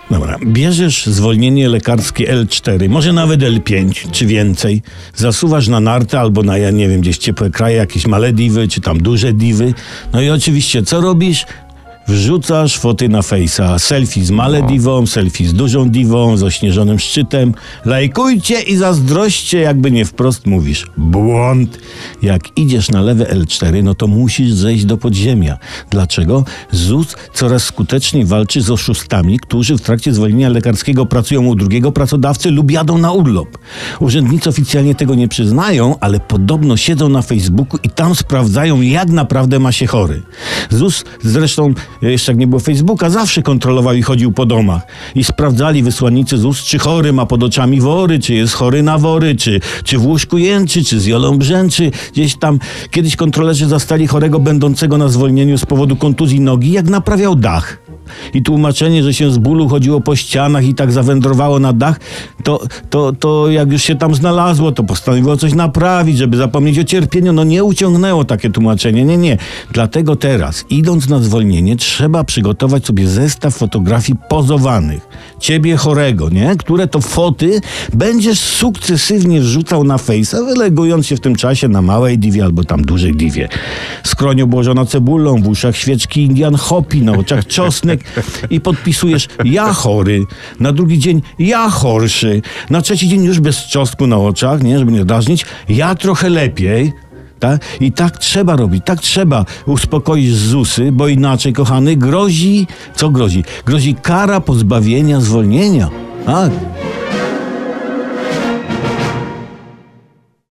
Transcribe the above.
Dobra, bierzesz zwolnienie lekarskie L4, może nawet L5, czy więcej, zasuwasz na nartę albo na, ja nie wiem, gdzieś ciepłe kraje, jakieś małe diwy, czy tam duże diwy. No i oczywiście, co robisz? Wrzucasz foty na Face'a, selfie z Malediwą, selfie z dużą diwą, z ośnieżonym szczytem. Lajkujcie i zazdroście, jakby nie wprost mówisz. Błąd! Jak idziesz na lewe L4, no to musisz zejść do podziemia. Dlaczego? ZUS coraz skuteczniej walczy z oszustami, którzy w trakcie zwolnienia lekarskiego pracują u drugiego pracodawcy lub jadą na urlop. Urzędnicy oficjalnie tego nie przyznają, ale podobno siedzą na Facebooku i tam sprawdzają, jak naprawdę ma się chory. ZUS zresztą jeszcze jak nie było Facebooka, zawsze kontrolował i chodził po domach. I sprawdzali wysłannicy ZUS, czy chory ma pod oczami wory, czy jest chory na wory, czy w łóżku jęczy, czy z jolą brzęczy. Gdzieś tam kiedyś kontrolerzy zastali chorego będącego na zwolnieniu z powodu kontuzji nogi, jak naprawiał dach. I tłumaczenie, że się z bólu chodziło po ścianach i tak zawędrowało na dach, to jak już się tam znalazło, to postanowiło coś naprawić, żeby zapomnieć o cierpieniu. No nie uciągnęło takie tłumaczenie. Nie. Dlatego teraz, idąc na zwolnienie, trzeba przygotować sobie zestaw fotografii pozowanych. Ciebie chorego, nie? Które to foty będziesz sukcesywnie wrzucał na Face'a, wylegując się w tym czasie na małej diwie albo tam dużej diwie. Skroń obłożona cebulą, w uszach świeczki Indian Hopi, na oczach czosnek i podpisujesz ja chory. Na drugi dzień ja chorszy. Na trzeci dzień już bez czosnku na oczach, nie? Żeby nie drażnić. Ja trochę lepiej. Tak? I tak trzeba robić, tak trzeba uspokoić ZUSy, bo inaczej, kochany, grozi... Co grozi? Grozi kara pozbawienia zwolnienia. Tak.